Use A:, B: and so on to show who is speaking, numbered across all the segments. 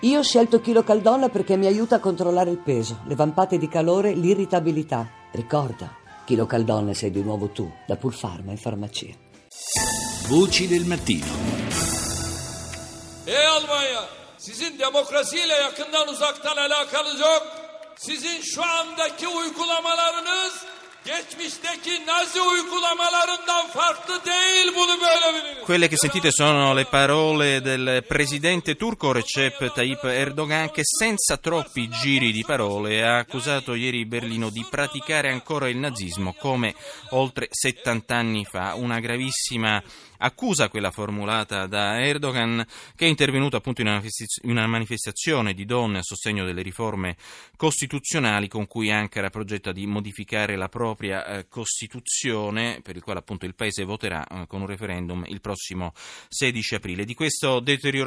A: Io ho scelto KiloCaldon perché mi aiuta a controllare il peso, le vampate di calore, l'irritabilità. Ricorda, KiloCaldon sei di nuovo tu, da Pulpharma in farmacia.
B: Voci del mattino.
C: Ey Almanya, sizin demokrasiyle yakından uzaktan alakanız yok. Sizin şu andaki uygulamalarınız geçmişteki Nazi uygulamalarından farklı değil, bunu böyle bilin.
D: Quelle che sentite sono le parole del presidente turco Recep Tayyip Erdogan, che senza troppi giri di parole ha accusato ieri Berlino di praticare ancora il nazismo come oltre 70 anni fa. Una gravissima accusa quella formulata da Erdogan, che è intervenuto appunto in una manifestazione di donne a sostegno delle riforme costituzionali con cui Ankara progetta di modificare la propria Costituzione, per il quale appunto il paese voterà con un referendum il prossimo 16 aprile. Di questo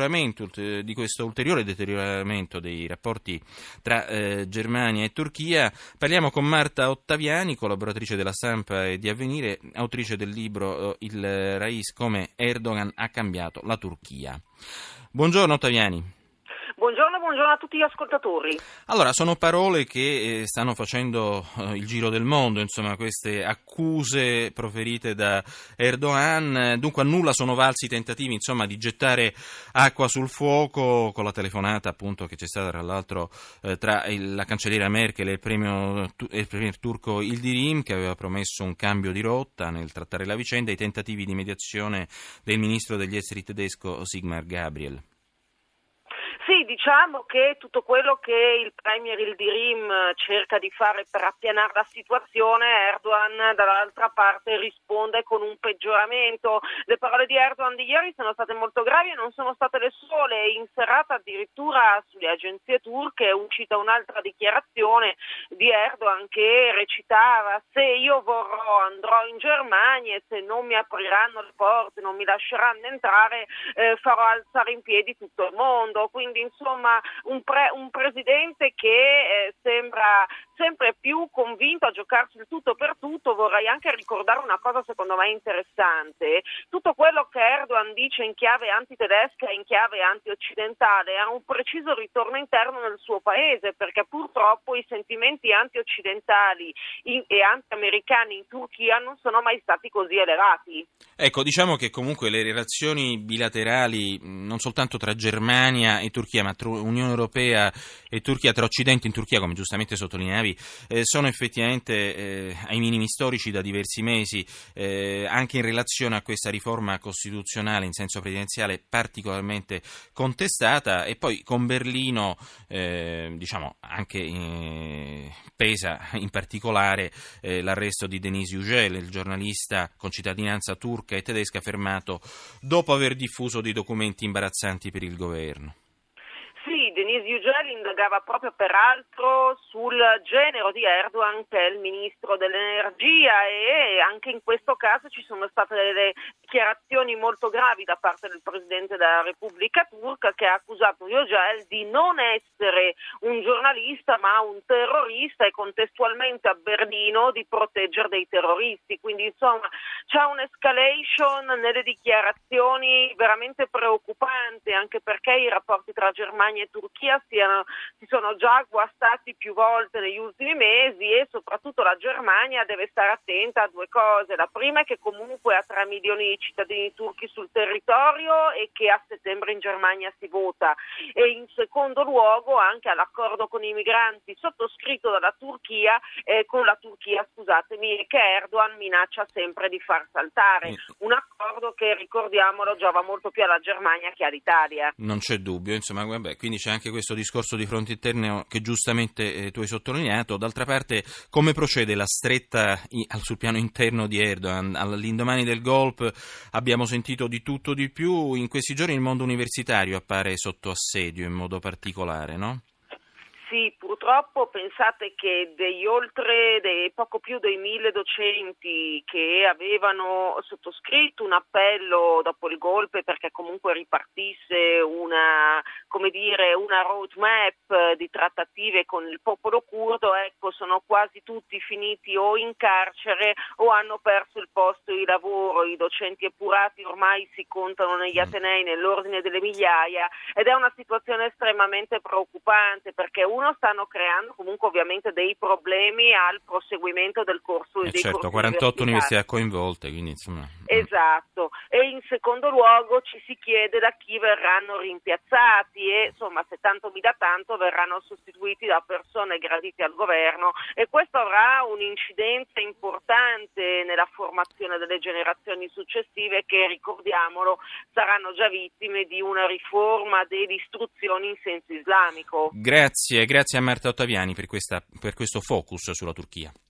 D: ulteriore deterioramento dei rapporti tra Germania e Turchia parliamo con Marta Ottaviani, collaboratrice della Stampa e di Avvenire, autrice del libro Il Rais, come Erdogan ha cambiato la Turchia. Buongiorno Ottaviani.
E: Buongiorno a tutti gli ascoltatori.
D: Allora, sono parole che stanno facendo il giro del mondo, insomma, queste accuse proferite da Erdogan. Dunque a nulla sono valsi i tentativi, insomma, di gettare acqua sul fuoco con la telefonata, appunto, che c'è stata tra l'altro tra la cancelliera Merkel e il premier turco Yildirim, che aveva promesso un cambio di rotta nel trattare la vicenda, e i tentativi di mediazione del ministro degli esteri tedesco Sigmar Gabriel.
E: Sì, diciamo che tutto quello che il premier Yildirim cerca di fare per appianare la situazione, Erdogan dall'altra parte risponde con un peggioramento. Le parole di Erdogan di ieri sono state molto gravi e non sono state le sole. In serata addirittura sulle agenzie turche è uscita un'altra dichiarazione di Erdogan che recitava: se io vorrò andrò in Germania e se non mi apriranno le porte, non mi lasceranno entrare, farò alzare in piedi tutto il mondo. Quindi insomma un presidente che sembra sempre più convinto a giocarsi il tutto per tutto. Vorrei anche ricordare una cosa secondo me interessante: tutto quello che Erdogan dice in chiave antitedesca e in chiave antioccidentale ha un preciso ritorno interno nel suo paese, perché purtroppo i sentimenti antioccidentali e anti-americani in Turchia non sono mai stati così elevati.
D: Ecco, diciamo che comunque le relazioni bilaterali non soltanto tra Germania e Turchia, ma tra Unione Europea e Turchia, tra Occidente in Turchia, come giustamente sottolineavi, sono effettivamente ai minimi storici da diversi mesi, anche in relazione a questa riforma costituzionale in senso presidenziale particolarmente contestata. E poi con Berlino, diciamo, anche pesa in particolare l'arresto di Deniz Yücel, il giornalista con cittadinanza turca e tedesca fermato dopo aver diffuso dei documenti imbarazzanti per il governo.
E: Sì, Deniz Yücel indagava proprio peraltro sul genero di Erdogan, che è il ministro dell'energia, e anche in questo caso ci sono state delle dichiarazioni molto gravi da parte del presidente della Repubblica Turca, che ha accusato Yücel di non essere un giornalista ma un terrorista, e contestualmente a Berlino di proteggere dei terroristi. Quindi insomma c'è un'escalation nelle dichiarazioni veramente preoccupante, anche perché i rapporti tra Germania e Turchia si sono già guastati più volte negli ultimi mesi, e soprattutto la Germania deve stare attenta a due cose. La prima è che comunque ha 3 milioni di cittadini turchi sul territorio e che a settembre in Germania si vota, e in secondo luogo anche all'accordo con i migranti sottoscritto dalla Turchia, con la Turchia, scusatemi, che Erdogan minaccia sempre di far saltare. Un accordo che, ricordiamolo, giova molto più alla Germania che all'Italia.
D: Non c'è dubbio, insomma, vabbè, quindi c'è anche questo discorso di fronte interno che giustamente tu hai sottolineato. D'altra parte, come procede la stretta sul piano interno di Erdogan? All'indomani del golpe abbiamo sentito di tutto di più. In questi giorni il mondo universitario appare sotto assedio in modo particolare, no?
E: Sì, purtroppo pensate che dei poco più dei 1.000 docenti che avevano sottoscritto un appello dopo il golpe perché comunque ripartisse una roadmap di trattative con il popolo curdo, ecco, sono quasi tutti finiti o in carcere o hanno perso il posto di lavoro. I docenti epurati ormai si contano negli atenei nell'ordine delle migliaia ed è una situazione estremamente preoccupante perché stanno creando comunque ovviamente dei problemi al proseguimento del corso dei
D: certo,
E: corsi
D: 48 università coinvolte, quindi insomma.
E: Esatto, e in secondo luogo ci si chiede da chi verranno rimpiazzati e insomma se tanto mi dà tanto verranno sostituiti da persone gradite al governo e questo avrà un'incidenza importante nella formazione delle generazioni successive che, ricordiamolo, saranno già vittime di una riforma dell'istruzione in senso islamico.
D: Grazie a Marta Ottaviani per questo focus sulla Turchia.